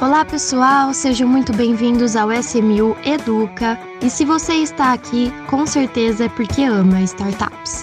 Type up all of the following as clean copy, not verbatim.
Olá pessoal, sejam muito bem-vindos ao SMU Educa. E se você está aqui, com certeza é porque ama startups.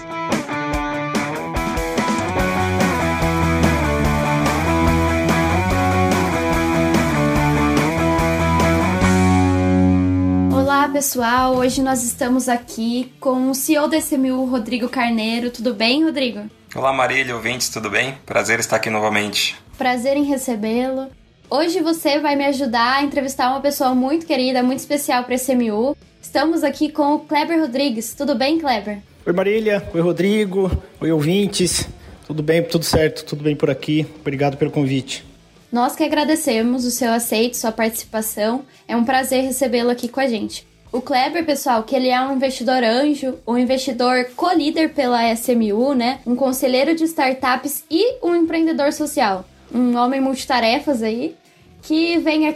Olá pessoal, hoje nós estamos aqui com o CEO da SMU, Rodrigo Carneiro. Tudo bem, Rodrigo? Olá Marília, ouvintes, tudo bem? Prazer estar aqui novamente. Prazer em recebê-lo. Hoje você vai me ajudar a entrevistar uma pessoa muito querida, muito especial para a SMU. Estamos aqui com o Kleber Rodrigues. Tudo bem, Kleber? Oi Marília, oi Rodrigo, oi ouvintes. Tudo bem, tudo certo, tudo bem por aqui. Obrigado pelo convite. Nós que agradecemos o seu aceito, sua participação. É um prazer recebê-lo aqui com a gente. O Kleber, pessoal, que ele é um investidor anjo, um investidor co-líder pela SMU, né? Um conselheiro de startups e um empreendedor social. Um homem multitarefas aí, que veio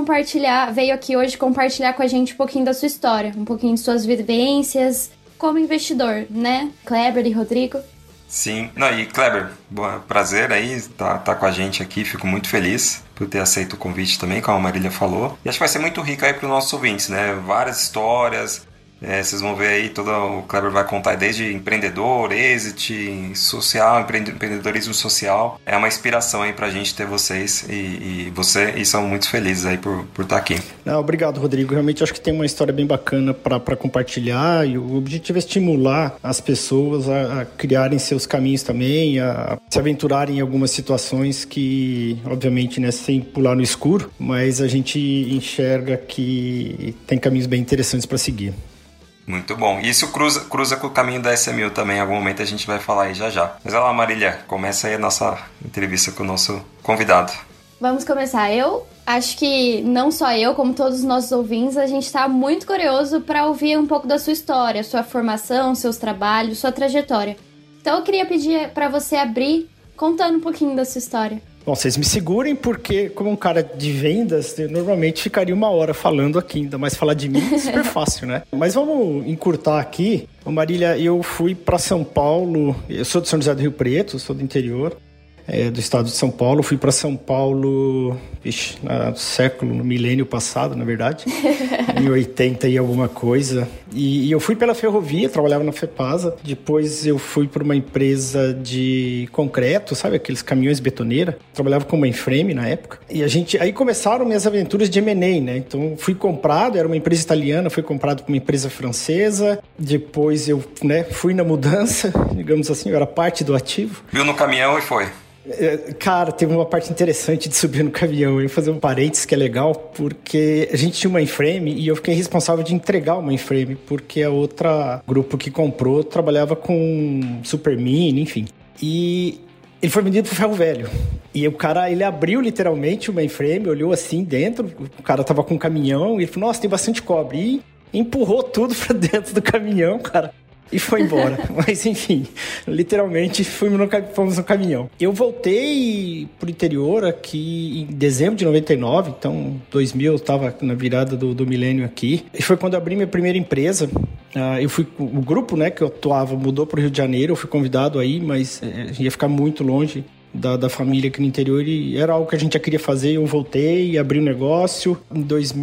aqui hoje compartilhar com a gente um pouquinho da sua história, um pouquinho de suas vivências como investidor, né? Kleber e Rodrigo. Sim, e Kleber, prazer aí estar com a gente aqui, fico muito feliz por ter aceito o convite também, como a Marília falou. E acho que vai ser muito rico aí para os nossos ouvintes, né? Várias histórias, vocês vão ver aí, o Kleber vai contar desde empreendedor, exit, social, empreendedorismo social. É uma inspiração aí pra gente ter vocês e são muito felizes aí por estar aqui. Obrigado, Rodrigo. Realmente acho que tem uma história bem bacana para compartilhar e o objetivo é estimular as pessoas a criarem seus caminhos também, a se aventurarem em algumas situações que, obviamente, né, sem pular no escuro, mas a gente enxerga que tem caminhos bem interessantes para seguir. Muito bom. Isso cruza com o caminho da SMU também. Em algum momento a gente vai falar aí já. Mas olha lá, Marília, começa aí a nossa entrevista com o nosso convidado. Vamos começar. Eu acho que não só eu, como todos os nossos ouvintes, a gente está muito curioso para ouvir um pouco da sua história, sua formação, seus trabalhos, sua trajetória. Então eu queria pedir para você abrir contando um pouquinho da sua história. Bom, vocês me segurem porque, como um cara de vendas, eu normalmente ficaria 1 hora falando aqui, ainda mais falar de mim é super fácil, né? Mas vamos encurtar aqui. Marília, eu fui para São Paulo, eu sou de São José do Rio Preto, sou do interior do estado de São Paulo. Fui para São Paulo, no milênio passado, na verdade, em 80 e alguma coisa. E eu fui pela ferrovia, trabalhava na FEPASA. Depois eu fui para uma empresa de concreto, sabe, aqueles caminhões betoneira. Trabalhava com mainframe na época. E aí começaram minhas aventuras de M&A, né? Então fui comprado, era uma empresa italiana, fui comprado por uma empresa francesa. Depois eu, fui na mudança, digamos assim, eu era parte do ativo. Viu no caminhão e foi. Cara, teve uma parte interessante de subir no caminhão. Eu vou fazer um parênteses que é legal, porque a gente tinha um mainframe e eu fiquei responsável de entregar o mainframe, porque a outra grupo que comprou trabalhava com Super Mini, enfim. E ele foi vendido pro ferro velho. E o cara, ele abriu literalmente o mainframe, olhou assim dentro, o cara tava com um caminhão e ele falou, nossa, tem bastante cobre. E empurrou tudo pra dentro do caminhão, cara. E foi embora. Mas, enfim, literalmente fomos no caminhão. Eu voltei pro interior aqui em dezembro de 99, então 2000 eu estava na virada do milênio aqui. E foi quando eu abri minha primeira empresa. O grupo, que eu atuava mudou pro Rio de Janeiro, eu fui convidado aí, mas ia ficar muito longe da família aqui no interior e era algo que a gente já queria fazer. Eu voltei, abri um negócio. Em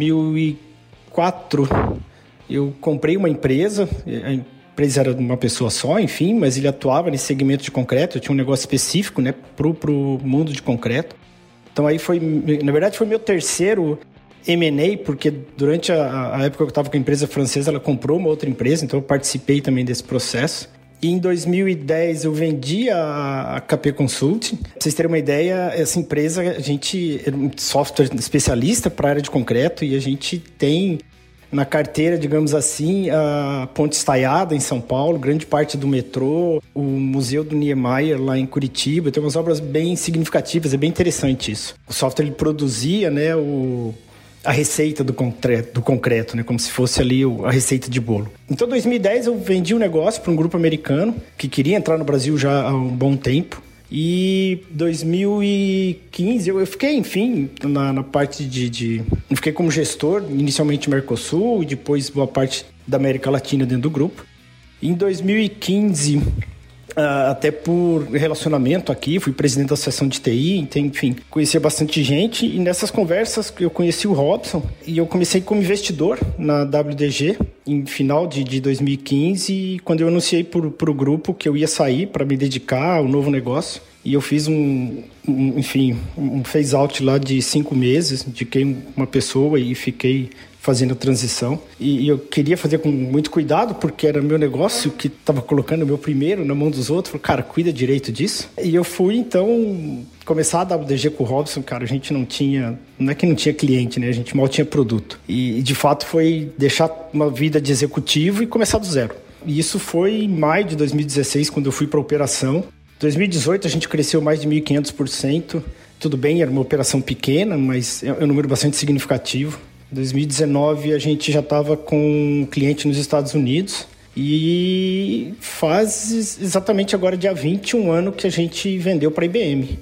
2004, eu comprei uma empresa. A empresa era de uma pessoa só, enfim, mas ele atuava nesse segmento de concreto. Eu tinha um negócio específico, pro mundo de concreto. Então aí na verdade foi meu terceiro M&A, porque durante a época que eu estava com a empresa francesa, ela comprou uma outra empresa, então eu participei também desse processo. E em 2010 eu vendi a KP Consulting. Pra vocês terem uma ideia, essa empresa, a gente era um software especialista para a área de concreto e a gente tem na carteira, digamos assim, a Ponte Estaiada em São Paulo, grande parte do metrô, o Museu do Niemeyer lá em Curitiba. Tem umas obras bem significativas, é bem interessante isso. O software ele produzia, a receita do concreto, como se fosse ali a receita de bolo. Então, em 2010, eu vendi um negócio para um grupo americano que queria entrar no Brasil já há um bom tempo. E 2015 eu fiquei, enfim, na parte eu fiquei como gestor, inicialmente Mercosul e depois boa parte da América Latina dentro do grupo. Em 2015 até por relacionamento aqui, fui presidente da associação de TI, então, enfim, conhecia bastante gente, e nessas conversas eu conheci o Robson, e eu comecei como investidor na WDG em final de 2015, quando eu anunciei para o grupo que eu ia sair para me dedicar ao novo negócio. E eu fiz um phase-out lá de 5 meses, indiquei uma pessoa e fiquei fazendo a transição. E eu queria fazer com muito cuidado, porque era meu negócio que estava colocando o meu primeiro na mão dos outros. Falei, cara, cuida direito disso. E eu fui, então, começar a WDG com o Robson. Cara, a gente não é que não tinha cliente, né? A gente mal tinha produto. E de fato foi deixar uma vida de executivo e começar do zero. E isso foi em maio de 2016, quando eu fui para a operação. Em 2018 a gente cresceu mais de 1.500%. Tudo bem, era uma operação pequena, mas é um número bastante significativo. Em 2019 a gente já estava com um cliente nos Estados Unidos e faz exatamente agora dia 20 um ano que a gente vendeu para a IBM.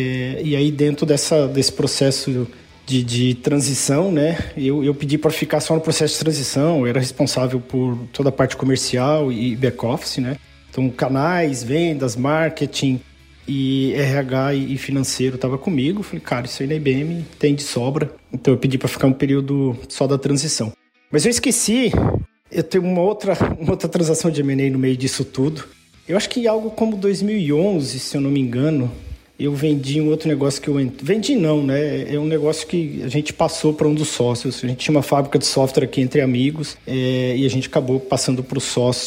E aí dentro desse processo de transição, né, eu pedi para ficar só no processo de transição. Eu era responsável por toda a parte comercial e back-office, né? Então, canais, vendas, marketing e RH e financeiro estava comigo. Falei, cara, isso aí na IBM tem de sobra. Então, eu pedi para ficar um período só da transição. Mas eu esqueci, eu tenho uma outra transação de M&A no meio disso tudo. Eu acho que algo como 2011, se eu não me engano, eu vendi um outro negócio que eu... Vendi não, né? É um negócio que a gente passou para um dos sócios. A gente tinha uma fábrica de software aqui entre amigos e a gente acabou passando para o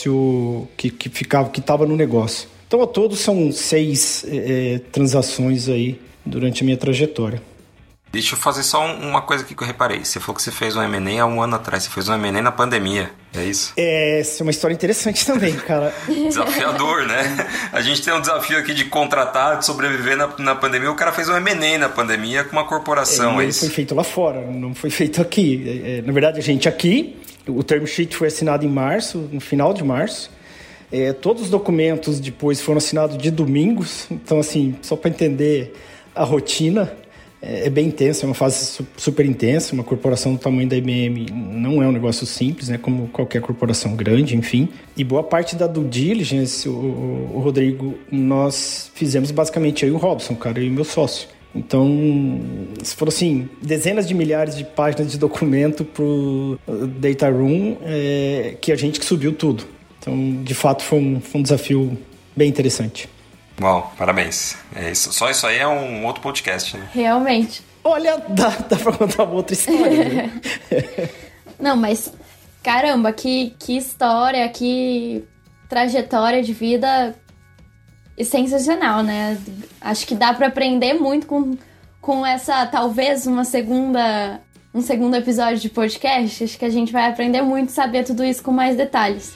sócio que estava no negócio. Então, ao todo, são 6 transações aí durante a minha trajetória. Deixa eu fazer só uma coisa aqui que eu reparei. Você falou que você fez um M&A há um ano atrás. Você fez um M&A na pandemia, é isso? Essa é uma história interessante também, cara. Desafiador, né? A gente tem um desafio aqui de contratar, de sobreviver na pandemia. O cara fez um M&A na pandemia com uma corporação, Ele foi feito lá fora, não foi feito aqui. Na verdade, a gente aqui, o term sheet foi assinado em março, no final de março. Todos os documentos depois foram assinados de domingos. Então, assim, só para entender a rotina... É bem intenso, é uma fase super intensa. Uma corporação do tamanho da IBM não é um negócio simples, né? Como qualquer corporação grande, enfim. E boa parte da due diligence, o Rodrigo, nós fizemos basicamente eu e o Robson, cara, eu e meu sócio. Então, foram assim, dezenas de milhares de páginas de documento pro Data Room, que a gente que subiu tudo. Então, de fato, foi um desafio bem interessante. Uau, parabéns. Só isso aí é um outro podcast, né? Realmente. Olha, dá pra contar uma outra história, né? Não, mas caramba, que história, que trajetória de vida sensacional, né? Acho que dá pra aprender muito com essa, talvez, um segundo episódio de podcast. Acho que a gente vai aprender muito, saber tudo isso com mais detalhes.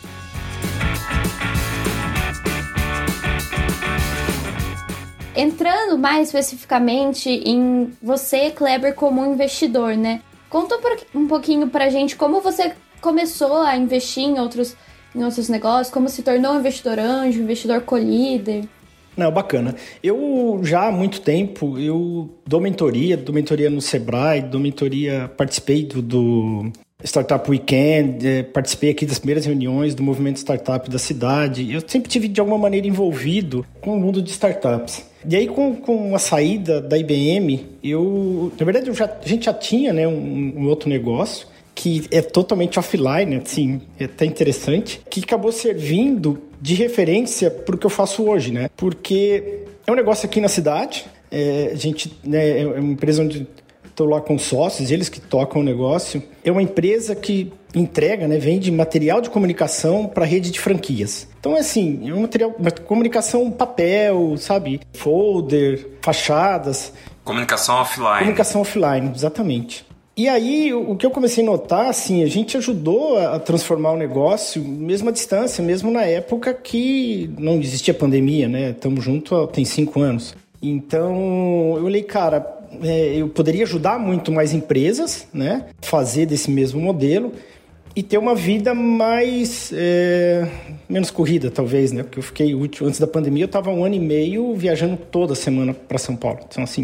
Entrando mais especificamente em você, Kleber, como investidor, né? Conta um pouquinho pra gente como você começou a investir em outros negócios, como se tornou um investidor anjo, investidor co-líder. Não, bacana. Eu já há muito tempo, eu dou mentoria no Sebrae, participei do Startup Weekend, participei aqui das primeiras reuniões do movimento startup da cidade. Eu sempre tive, de alguma maneira, envolvido com o mundo de startups. E aí, com a saída da IBM, na verdade, a gente já tinha, né, um outro negócio que é totalmente offline, assim, é até interessante, que acabou servindo de referência para o que eu faço hoje, né? Porque é um negócio aqui na cidade, a gente, né, é uma empresa onde estou lá com sócios, eles que tocam o negócio. É uma empresa que entrega, né, vende material de comunicação para rede de franquias. Então, assim, é uma comunicação papel, sabe? Folder, fachadas. Comunicação offline. Comunicação offline, exatamente. E aí, o que eu comecei a notar, assim, a gente ajudou a transformar o negócio, mesmo à distância, mesmo na época que não existia pandemia, né? Estamos juntos tem 5 anos. Então, eu olhei, cara, eu poderia ajudar muito mais empresas, né? Fazer desse mesmo modelo e ter uma vida mais... menos corrida, talvez, né? Porque eu fiquei útil. Antes da pandemia, eu estava 1 ano e meio viajando toda semana para São Paulo. Então, assim,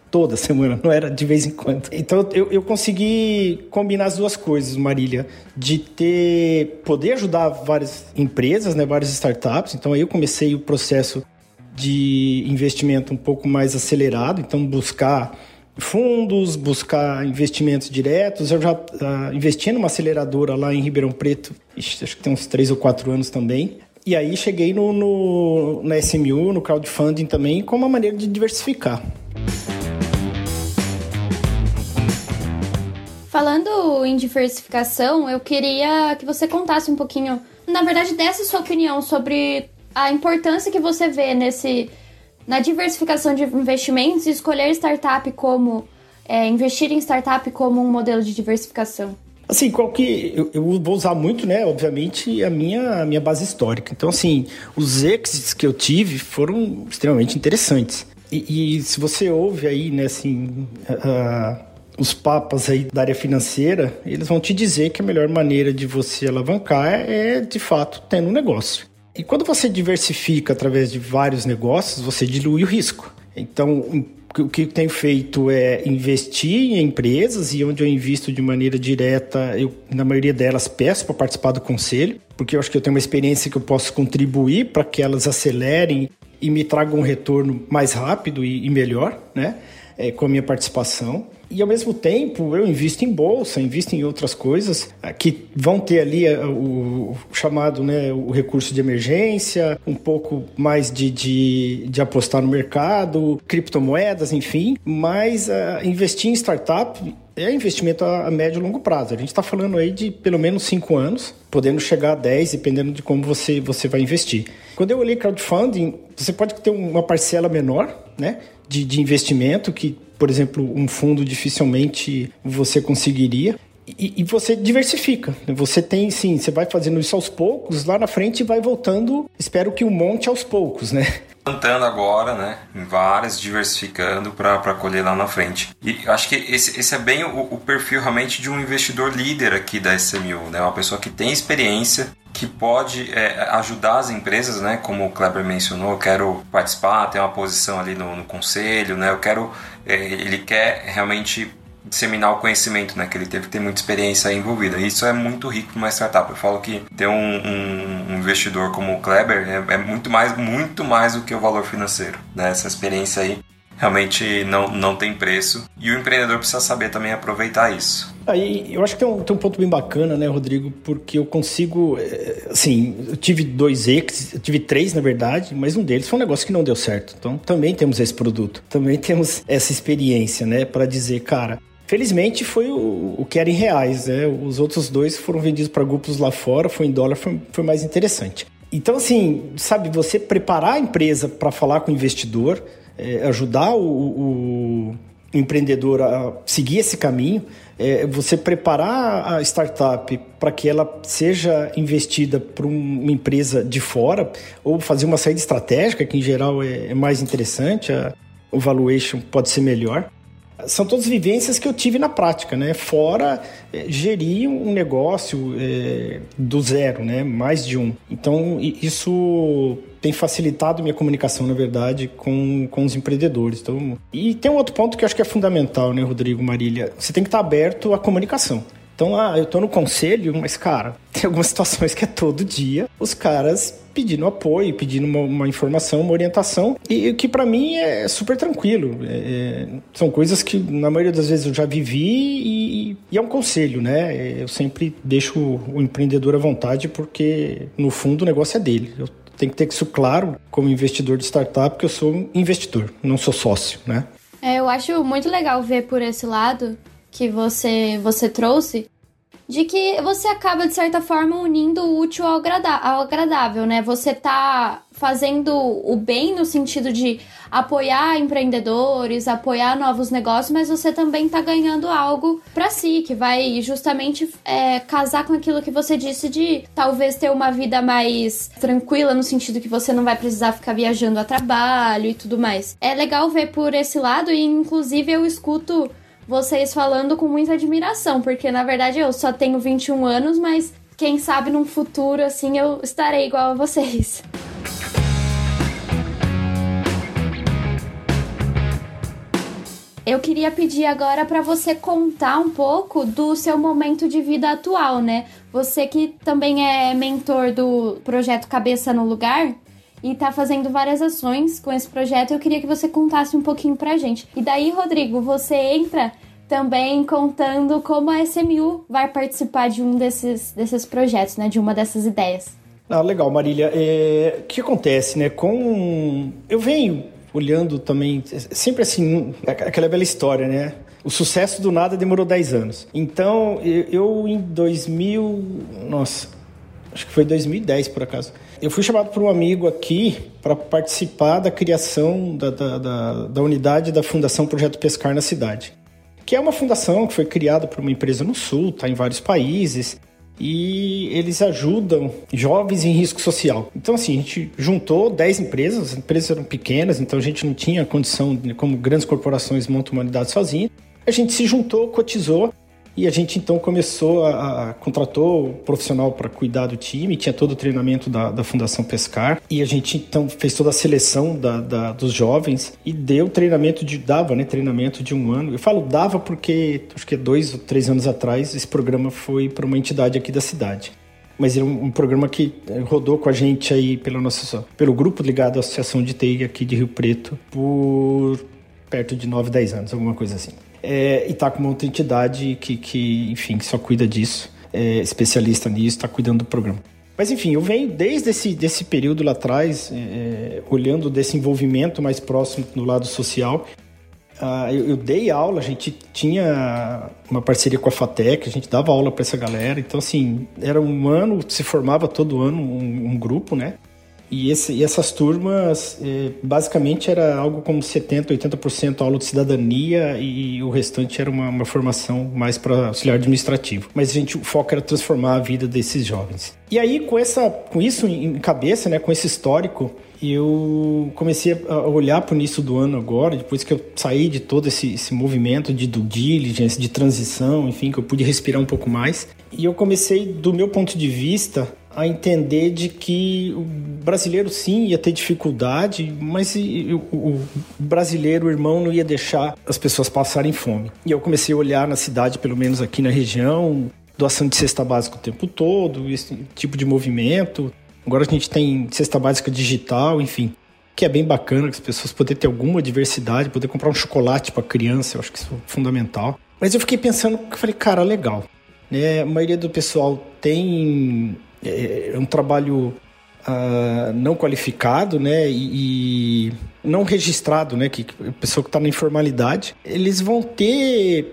toda semana, não era de vez em quando. Então eu consegui combinar as duas coisas, Marília, de poder ajudar várias empresas, né, várias startups. Então aí eu comecei o processo de investimento um pouco mais acelerado, então buscar fundos, buscar investimentos diretos. Eu já investi numa aceleradora lá em Ribeirão Preto, acho que tem uns 3 ou 4 anos também. E aí cheguei na SMU, no crowdfunding também, como uma maneira de diversificar. Falando em diversificação, eu queria que você contasse um pouquinho, na verdade, dessa sua opinião sobre a importância que você vê na diversificação de investimentos e escolher startup como investir em startup como um modelo de diversificação. Assim, eu vou usar muito, né, obviamente, a minha base histórica. Então, assim, os exits que eu tive foram extremamente interessantes. E se você ouve aí, né, assim, os papas aí da área financeira, eles vão te dizer que a melhor maneira de você alavancar é de fato, tendo um negócio. E quando você diversifica através de vários negócios, você dilui o risco. Então, o que eu tenho feito é investir em empresas, e onde eu invisto de maneira direta, eu, na maioria delas, peço para participar do conselho, porque eu acho que eu tenho uma experiência que eu posso contribuir para que elas acelerem e me tragam um retorno mais rápido e melhor, né? Com a minha participação. E, ao mesmo tempo, eu invisto em bolsa, invisto em outras coisas que vão ter ali o chamado, né, o recurso de emergência, um pouco mais de apostar no mercado, criptomoedas, enfim. Mas investir em startup é investimento a médio e longo prazo. A gente está falando aí de pelo menos 5 anos, podendo chegar a 10, dependendo de como você vai investir. Quando eu olhei crowdfunding, você pode ter uma parcela menor, né, de investimento que, por exemplo, um fundo dificilmente você conseguiria. E você diversifica. Você tem, sim, você vai fazendo isso aos poucos, lá na frente vai voltando, espero que um monte aos poucos, né? Plantando agora, né, em várias, diversificando para colher lá na frente. E acho que esse é bem o perfil realmente de um investidor líder aqui da SMU, né? Uma pessoa que tem experiência, que pode ajudar as empresas, né? Como o Kleber mencionou, eu quero participar, ter uma posição ali no conselho, né? Ele quer realmente disseminar o conhecimento, né? Que ele teve que ter muita experiência envolvida. E isso é muito rico numa startup. Eu falo que ter um investidor como o Kleber é muito mais do que o valor financeiro, né? Essa experiência aí realmente não tem preço. E o empreendedor precisa saber também aproveitar isso. Aí, eu acho que tem um ponto bem bacana, né, Rodrigo? Porque eu consigo... Assim, eu tive 2 exits, eu tive 3, na verdade, mas um deles foi um negócio que não deu certo. Então, também temos esse produto. Também temos essa experiência, né? Para dizer, cara... Felizmente foi o que era em reais, né? Os outros 2 foram vendidos para grupos lá fora, foi em dólar, foi mais interessante. Então, assim, sabe, você preparar a empresa para falar com o investidor, ajudar o empreendedor a seguir esse caminho, você preparar a startup para que ela seja investida por uma empresa de fora, ou fazer uma saída estratégica, que em geral é mais interessante, o valuation pode ser melhor. São todas vivências que eu tive na prática, né? Fora gerir um negócio do zero, né? Mais de um. Então, isso tem facilitado minha comunicação, na verdade, com os empreendedores. Então, e tem um outro ponto que eu acho que é fundamental, né, Rodrigo, Marília? Você tem que estar aberto à comunicação. Então, eu tô no conselho, mas, cara, tem algumas situações que é todo dia os caras pedindo apoio, pedindo uma informação, uma orientação, e que para mim é super tranquilo. São coisas que, na maioria das vezes, eu já vivi e é um conselho, né? Eu sempre deixo o empreendedor à vontade, porque, no fundo, o negócio é dele. Eu tenho que ter isso claro, como investidor de startup, que eu sou um investidor, não sou sócio, né? Eu acho muito legal ver por esse lado que você trouxe, de que você acaba, de certa forma, unindo o útil ao agradável, né? Você tá fazendo o bem no sentido de apoiar empreendedores, apoiar novos negócios, mas você também tá ganhando algo pra si, que vai justamente casar com aquilo que você disse de talvez ter uma vida mais tranquila, no sentido que você não vai precisar ficar viajando a trabalho e tudo mais. É legal ver por esse lado, e inclusive eu escuto vocês falando com muita admiração, porque na verdade eu só tenho 21 anos, mas quem sabe num futuro assim eu estarei igual a vocês. Eu queria pedir agora para você contar um pouco do seu momento de vida atual, né? Você que também é mentor do projeto Cabeça no Lugar e tá fazendo várias ações com esse projeto, eu queria que você contasse um pouquinho pra gente. E daí, Rodrigo, você entra também contando como a SMU vai participar de um desses projetos, né? De uma dessas ideias. Ah, legal, Marília. O que acontece, né? Eu venho olhando também, sempre assim, aquela bela história, né? O sucesso do nada demorou 10 anos. Então, eu em 2000... Nossa, acho que foi 2010, por acaso. Eu fui chamado por um amigo aqui para participar da criação da unidade da Fundação Projeto Pescar na cidade. Que é uma fundação que foi criada por uma empresa no Sul, está em vários países... E eles ajudam jovens em risco social. Então, assim, a gente juntou 10 empresas, as empresas eram pequenas, então a gente não tinha condição, como grandes corporações montam uma unidade sozinha. A gente se juntou, cotizou, e a gente então começou contratou o profissional para cuidar do time, tinha todo o treinamento da Fundação Pescar, e a gente então fez toda a seleção dos jovens e dava treinamento de 1 ano. Eu falo dava porque acho que 2 ou 3 anos atrás esse programa foi para uma entidade aqui da cidade. Mas é um programa que rodou com a gente aí pelo grupo ligado à Associação de TI aqui de Rio Preto por perto de 9, 10 anos, alguma coisa assim. E está com uma outra entidade que enfim, que só cuida disso, especialista nisso, está cuidando do programa. Mas, enfim, eu venho desde desse período lá atrás, olhando desse envolvimento mais próximo no lado social. Eu dei aula, a gente tinha uma parceria com a FATEC, a gente dava aula para essa galera. Então, assim, era um ano, se formava todo ano um grupo, né? E essas turmas, basicamente, era algo como 70%, 80% aula de cidadania e o restante era uma formação mais para auxiliar administrativo. Mas o foco era transformar a vida desses jovens. E aí, com isso em cabeça, né, com esse histórico, eu comecei a olhar para o início do ano agora, depois que eu saí de todo esse movimento de due diligence, de transição, enfim, que eu pude respirar um pouco mais. E eu comecei, do meu ponto de vista, a entender de que o brasileiro sim ia ter dificuldade, mas o brasileiro, o irmão, não ia deixar as pessoas passarem fome. E eu comecei a olhar na cidade, pelo menos aqui na região, doação de cesta básica o tempo todo, esse tipo de movimento. Agora a gente tem cesta básica digital, enfim, que é bem bacana, que as pessoas poderem ter alguma diversidade, poder comprar um chocolate para criança, eu acho que isso é fundamental. Mas eu fiquei pensando, falei, cara, legal, né? A maioria do pessoal tem um trabalho não qualificado, né? E não registrado, né? Que a pessoa que está na informalidade, eles vão ter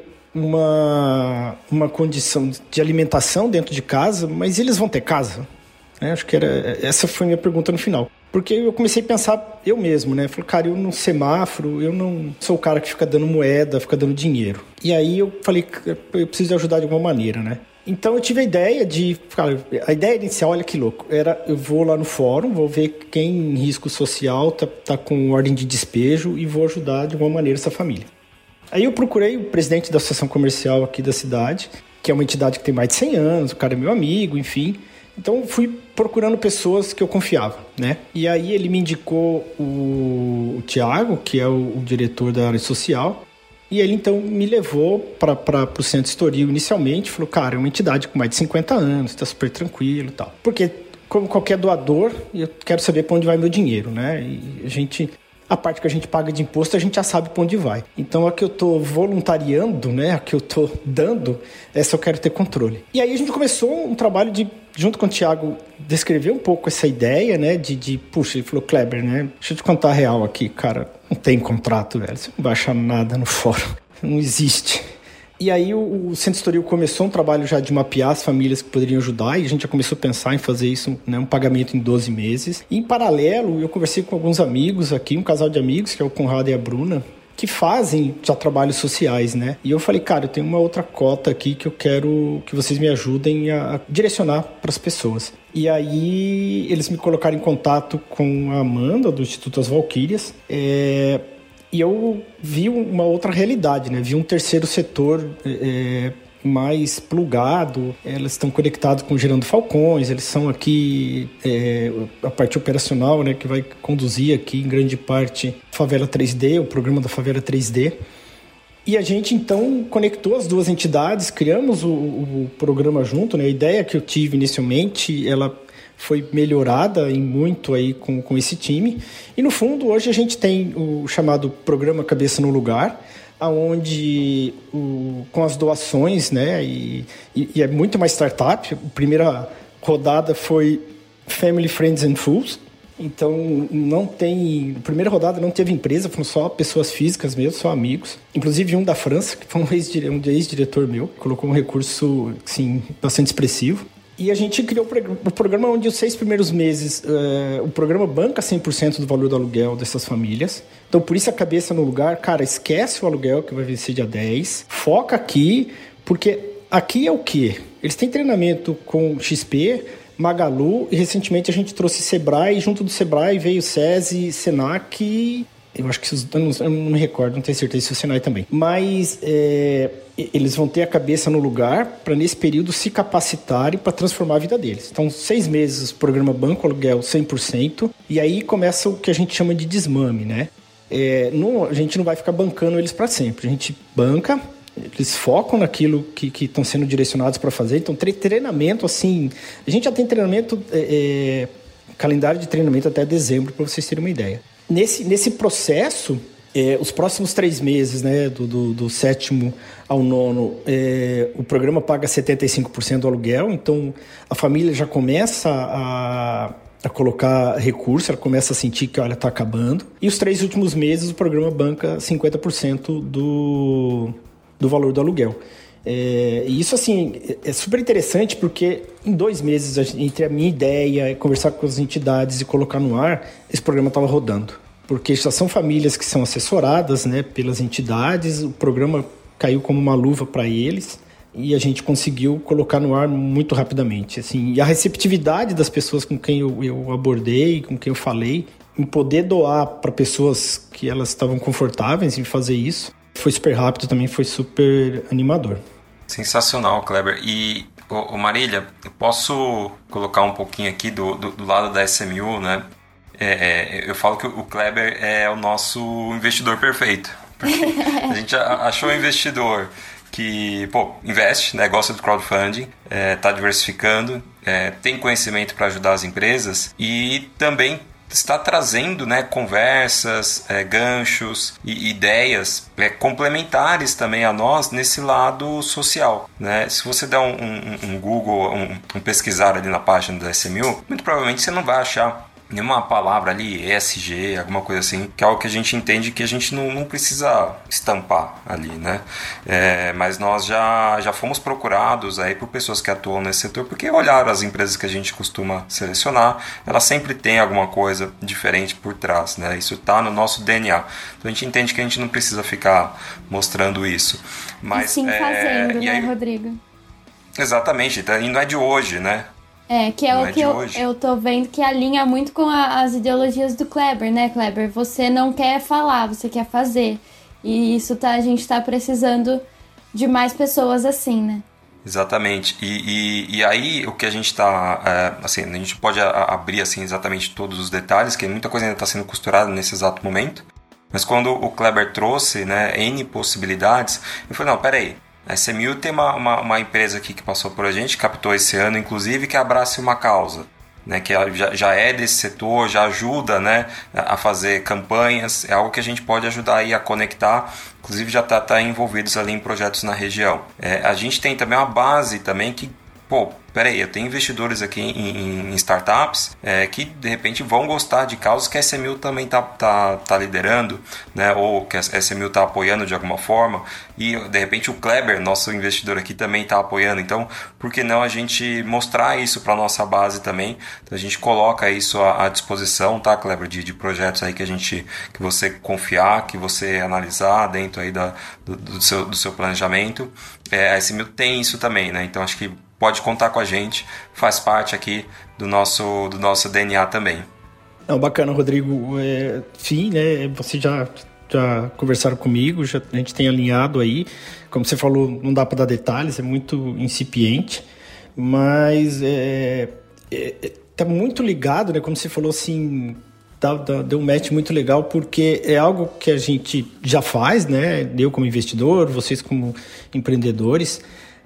uma condição de alimentação dentro de casa, mas eles vão ter casa? Acho que essa foi a minha pergunta no final. Porque eu comecei a pensar eu mesmo, né? Falei, cara, eu no semáforo, eu não sou o cara que fica dando moeda, fica dando dinheiro. E aí eu falei, eu preciso de ajudar de alguma maneira, né? Então eu tive a ideia a ideia inicial, olha que louco, eu vou lá no fórum, vou ver quem em risco social tá com ordem de despejo e vou ajudar de alguma maneira essa família. Aí eu procurei o presidente da associação comercial aqui da cidade, que é uma entidade que tem mais de 100 anos, o cara é meu amigo, enfim. Então fui procurando pessoas que eu confiava, né? E aí ele me indicou o Tiago, que é o diretor da área social, e ele então me levou para o Centro Estoril inicialmente, falou, cara, é uma entidade com mais de 50 anos, está super tranquilo e tal. Porque, como qualquer doador, eu quero saber para onde vai meu dinheiro, né? E a parte que a gente paga de imposto, a gente já sabe para onde vai. Então, a que eu estou voluntariando, né, a que eu estou dando, essa eu quero ter controle. E aí a gente começou um trabalho junto com o Thiago, descrever um pouco essa ideia, né, puxa, ele falou, Kleber, né, deixa eu te contar a real aqui, cara, não tem contrato, velho, você não vai achar nada no fórum, não existe. E aí o Centro Estoril começou um trabalho já de mapear as famílias que poderiam ajudar, e a gente já começou a pensar em fazer isso, né, um pagamento em 12 meses. E, em paralelo, eu conversei com alguns amigos aqui, um casal de amigos, que é o Conrado e a Bruna, que fazem já trabalhos sociais, né? E eu falei, cara, eu tenho uma outra cota aqui que eu quero que vocês me ajudem a direcionar para as pessoas. E aí eles me colocaram em contato com a Amanda, do Instituto As Valquírias, e eu vi uma outra realidade, né? Vi um terceiro setor mais plugado, elas estão conectadas com o Gerando Falcões, eles são aqui a parte operacional, né, que vai conduzir aqui em grande parte Favela 3D, o programa da Favela 3D. E a gente, então, conectou as duas entidades, criamos o programa junto, né? A ideia que eu tive inicialmente, ela foi melhorada em muito aí com esse time. E, no fundo, hoje a gente tem o chamado Programa Cabeça no Lugar, onde com as doações, né? E é muito mais startup. A primeira rodada foi Family, Friends and Fools. Então, a primeira rodada não teve empresa, foram só pessoas físicas mesmo, só amigos. Inclusive um da França, que foi um ex-diretor meu, colocou um recurso, assim, bastante expressivo. E a gente criou o programa onde os 6 primeiros meses, o programa banca 100% do valor do aluguel dessas famílias. Então, por isso a cabeça no lugar, cara, esquece o aluguel que vai vencer dia 10, foca aqui, porque aqui é o quê? Eles têm treinamento com XP, Magalu, e recentemente a gente trouxe Sebrae, e junto do Sebrae veio SESI, Senac, eu acho que eu não me recordo, não tenho certeza se o Senai também. Mas eles vão ter a cabeça no lugar para nesse período se capacitarem para transformar a vida deles. Então, 6 meses, programa Banco Aluguel 100%, e aí começa o que a gente chama de desmame, né? A gente não vai ficar bancando eles para sempre, a gente banca. Eles focam naquilo que estão sendo direcionados para fazer. Então, treinamento, assim... A gente já tem treinamento, calendário de treinamento até dezembro, para vocês terem uma ideia. Nesse processo, os próximos 3 meses, né, do 7º ao 9º, o programa paga 75% do aluguel. Então, a família já começa a colocar recurso, ela começa a sentir que, olha, está acabando. E os 3 últimos meses, o programa banca 50% do valor do aluguel. E isso, assim, é super interessante porque em 2 meses, entre a minha ideia, conversar com as entidades e colocar no ar, esse programa estava rodando. Porque já são famílias que são assessoradas, né, pelas entidades, o programa caiu como uma luva para eles e a gente conseguiu colocar no ar muito rapidamente. Assim, e a receptividade das pessoas com quem eu abordei, com quem eu falei, em poder doar para pessoas que elas estavam confortáveis em fazer isso, foi super rápido também, foi super animador. Sensacional, Kleber. E, Marília, eu posso colocar um pouquinho aqui do lado da SMU, né? Eu falo que o Kleber é o nosso investidor perfeito. Porque a gente achou um investidor que, investe, né, gosta do crowdfunding, está diversificando, tem conhecimento para ajudar as empresas e também está trazendo, né, conversas, ganchos e ideias complementares também a nós nesse lado social, né? Se você der um Google, um pesquisar ali na página da SMU, muito provavelmente você não vai achar nenhuma palavra ali, ESG, alguma coisa assim, que é algo que a gente entende que a gente não precisa estampar ali, né? Mas nós já fomos procurados aí por pessoas que atuam nesse setor, porque olharam as empresas que a gente costuma selecionar, elas sempre têm alguma coisa diferente por trás, né? Isso está no nosso DNA. Então a gente entende que a gente não precisa ficar mostrando isso. Mas, e sim fazendo, né, aí, Rodrigo? Exatamente, e não é de hoje, né? Que é o que eu tô vendo que alinha muito com as ideologias do Kleber, né, Kleber? Você não quer falar, você quer fazer. E isso a gente tá precisando de mais pessoas assim, né? Exatamente. E aí o que a gente tá... assim, a gente pode abrir assim, exatamente todos os detalhes, que muita coisa ainda está sendo costurada nesse exato momento. Mas quando o Kleber trouxe, né, N possibilidades, eu falei, não, peraí. A SMU tem uma empresa aqui que passou por a gente, captou esse ano, inclusive, que abrace uma causa, né, que já é desse setor, já ajuda, né, a fazer campanhas, é algo que a gente pode ajudar aí a conectar, inclusive já está envolvidos ali em projetos na região. A gente tem também uma base também que, peraí, eu tenho investidores aqui em startups que de repente vão gostar de causas que a SMU também tá liderando, né, ou que a SMU está apoiando de alguma forma, e de repente o Kleber, nosso investidor aqui, também está apoiando. Então, por que não a gente mostrar isso para a nossa base também? Então, a gente coloca isso à disposição, tá, Kleber, de projetos aí que você confiar, que você analisar dentro aí do seu planejamento. A SMU tem isso também, né? Então, acho que pode contar com a gente, faz parte aqui do nosso DNA também. Não, bacana, Rodrigo. Sim, né? Você já conversaram comigo, a gente tem alinhado aí. Como você falou, não dá para dar detalhes, é muito incipiente, mas tá muito ligado, né? Como você falou, assim, deu um match muito legal, porque é algo que a gente já faz, né? Eu como investidor, vocês como empreendedores.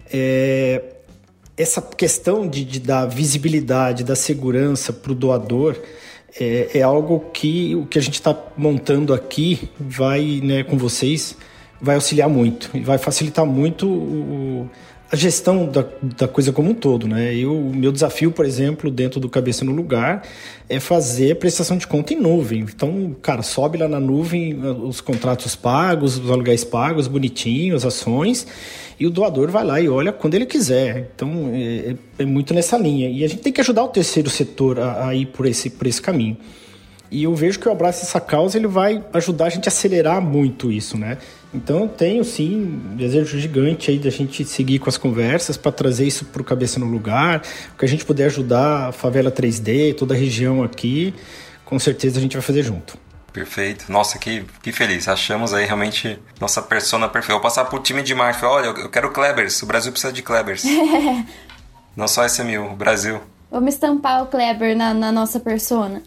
Essa questão de dar visibilidade, da segurança para o doador é algo que o que a gente está montando aqui vai, né, com vocês, vai auxiliar muito e vai facilitar muito a gestão da coisa como um todo, né? O meu desafio, por exemplo, dentro do Cabeça no Lugar, é fazer a prestação de conta em nuvem. Então, cara, sobe lá na nuvem os contratos pagos, os aluguéis pagos, bonitinhos, as ações, e o doador vai lá e olha quando ele quiser. Então, é muito nessa linha. E a gente tem que ajudar o terceiro setor a ir por esse caminho. E eu vejo que o Abraço Essa Causa ele vai ajudar a gente a acelerar muito isso, né? Então eu tenho, sim, um desejo gigante aí da gente seguir com as conversas para trazer isso para o Cabeça no Lugar, que a gente puder ajudar a Favela 3D, toda a região aqui, com certeza a gente vai fazer junto. Perfeito. Nossa, que feliz. Achamos aí realmente nossa persona perfeita. Vou passar pro time de marketing. Olha, eu quero Klebers. O Brasil precisa de Klebers. Não só SMU, o Brasil. Vamos estampar o Kleber na nossa persona.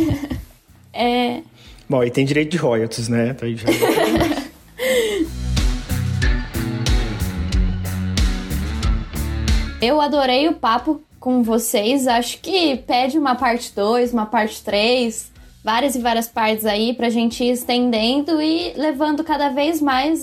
Bom, e tem direito de royalties, né? Aí já... Eu adorei o papo com vocês. Acho que pede uma parte 2, uma parte 3, várias e várias partes aí pra gente ir estendendo e levando cada vez mais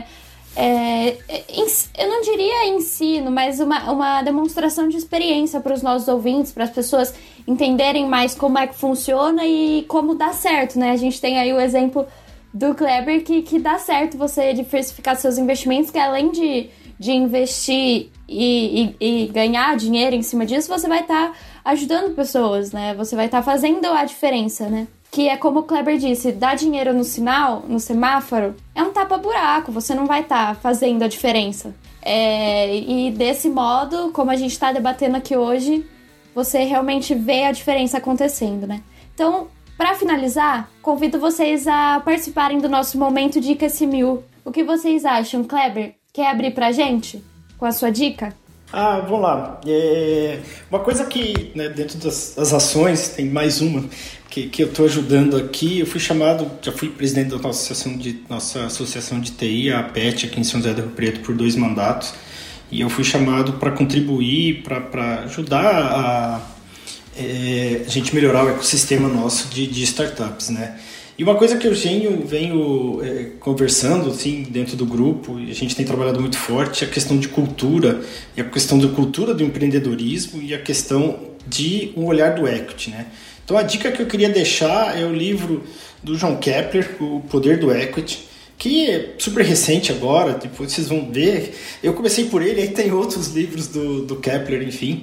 eu não diria ensino, mas uma demonstração de experiência para os nossos ouvintes, para as pessoas entenderem mais como é que funciona e como dá certo, né? A gente tem aí o exemplo do Kleber que dá certo você diversificar seus investimentos, que além de investir e ganhar dinheiro em cima disso, você vai estar ajudando pessoas, né? Você vai estar fazendo a diferença, né? Que é como o Kleber disse, dar dinheiro no sinal, no semáforo, é um tapa-buraco, você não vai estar fazendo a diferença. E desse modo, como a gente está debatendo aqui hoje, você realmente vê a diferença acontecendo, né? Então, para finalizar, convido vocês a participarem do nosso Momento Dica SMU. O que vocês acham, Kleber? Quer abrir pra gente com a sua dica? Vamos lá. Uma coisa que, né, dentro das ações, tem mais uma que eu estou ajudando aqui. Eu fui chamado, já fui presidente da nossa associação de TI, a APET, aqui em São José do Rio Preto, por 2 mandatos. E eu fui chamado para contribuir, para ajudar a gente melhorar o ecossistema nosso de startups, né? E uma coisa que eu venho conversando assim, dentro do grupo, e a gente tem trabalhado muito forte, é a questão de cultura, e a questão da cultura do empreendedorismo e a questão de um olhar do equity, né? Então a dica que eu queria deixar é o livro do John Kepler, O Poder do Equity, que é super recente agora, depois vocês vão ver. Eu comecei por ele, aí tem outros livros do Kepler, enfim,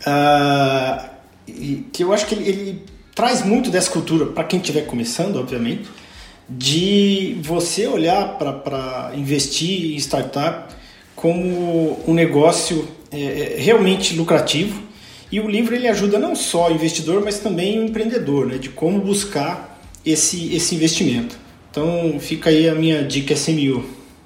que eu acho que ele traz muito dessa cultura, para quem estiver começando, obviamente, de você olhar para investir em startup como um negócio realmente lucrativo. E o livro ele ajuda não só o investidor, mas também o empreendedor, né, de como buscar esse investimento. Então fica aí a minha dica SMU.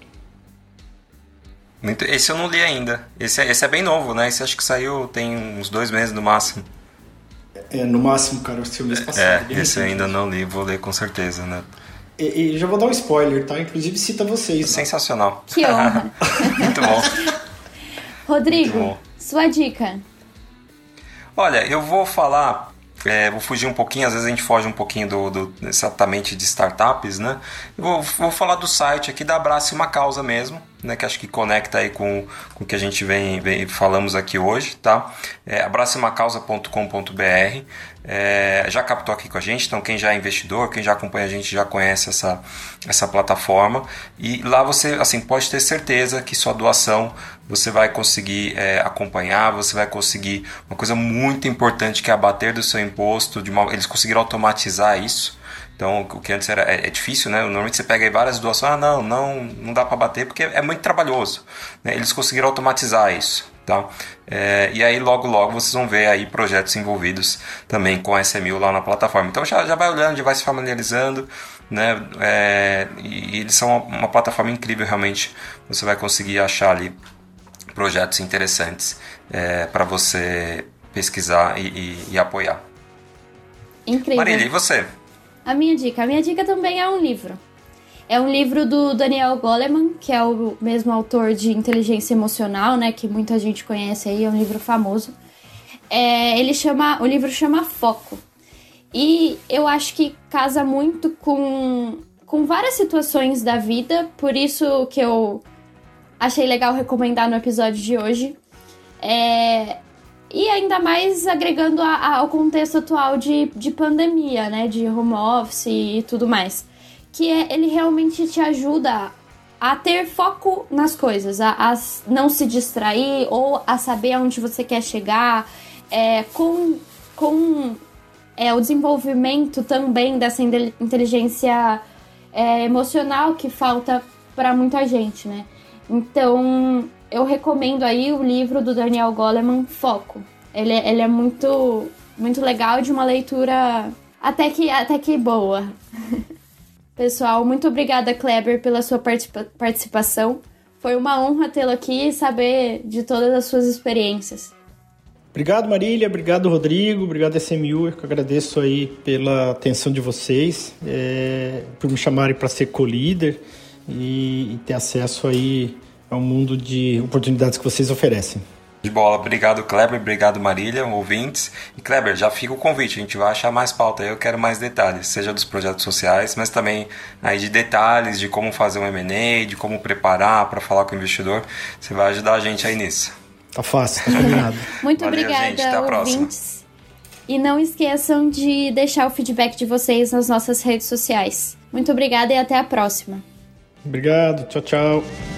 Esse eu não li ainda. Esse é bem novo, né? Esse acho que saiu tem uns 2 meses no máximo. No máximo, cara, o seu mês passado. Esse eu ainda não li, vou ler com certeza, né? E já vou dar um spoiler, tá? Inclusive cita vocês. Sensacional. Que honra. Muito bom. Rodrigo, Muito bom. Sua dica. Olha, eu vou falar, vou fugir um pouquinho, às vezes a gente foge um pouquinho exatamente de startups, né? Eu vou falar do site aqui da Abrace Uma Causa mesmo, né? Que acho que conecta aí com o que a gente falamos aqui hoje, tá? abraceumacausa.com.br. Já captou aqui com a gente, então quem já é investidor, quem já acompanha a gente já conhece essa plataforma, e lá você assim, pode ter certeza que sua doação você vai conseguir acompanhar, você vai conseguir uma coisa muito importante que é abater do seu imposto, eles conseguiram automatizar isso. Então, o que antes é difícil, né? Normalmente você pega aí várias doações, não dá para bater porque é muito trabalhoso, né? Eles conseguiram automatizar isso, tá? E aí logo vocês vão ver aí projetos envolvidos também com a SMU lá na plataforma. Então já vai olhando, já vai se familiarizando, né? E eles são uma plataforma incrível, realmente. Você vai conseguir achar ali projetos interessantes para você pesquisar e apoiar. Incrível. Marília, e você? A minha dica também é um livro. É um livro do Daniel Goleman, que é o mesmo autor de Inteligência Emocional, né, que muita gente conhece aí, é um livro famoso. O livro chama Foco. E eu acho que casa muito com várias situações da vida, por isso que eu achei legal recomendar no episódio de hoje. E ainda mais agregando ao contexto atual de pandemia, né, de home office e tudo mais. Que ele realmente te ajuda a ter foco nas coisas, a não se distrair ou a saber aonde você quer chegar, com o desenvolvimento também dessa inteligência emocional que falta para muita gente, né? Então, eu recomendo aí o livro do Daniel Goleman, Foco. Ele é muito, muito legal, de uma leitura até que boa. Pessoal, muito obrigada, Kleber, pela sua participação. Foi uma honra tê-lo aqui e saber de todas as suas experiências. Obrigado, Marília. Obrigado, Rodrigo. Obrigado, SMU. Eu que agradeço aí pela atenção de vocês, por me chamarem para ser co-líder e ter acesso aí ao mundo de oportunidades que vocês oferecem. De bola, obrigado Kleber, obrigado Marília, ouvintes. E Kleber, já fica o convite, a gente vai achar mais pauta aí, eu quero mais detalhes, seja dos projetos sociais, mas também aí de detalhes de como fazer um M&A, de como preparar para falar com o investidor. Você vai ajudar a gente aí nisso. Tá fácil, tá combinado. Muito Valeu, obrigada, gente, até a ouvintes. próxima. E não esqueçam de deixar o feedback de vocês nas nossas redes sociais. Muito obrigada e até a próxima. Obrigado, tchau, tchau.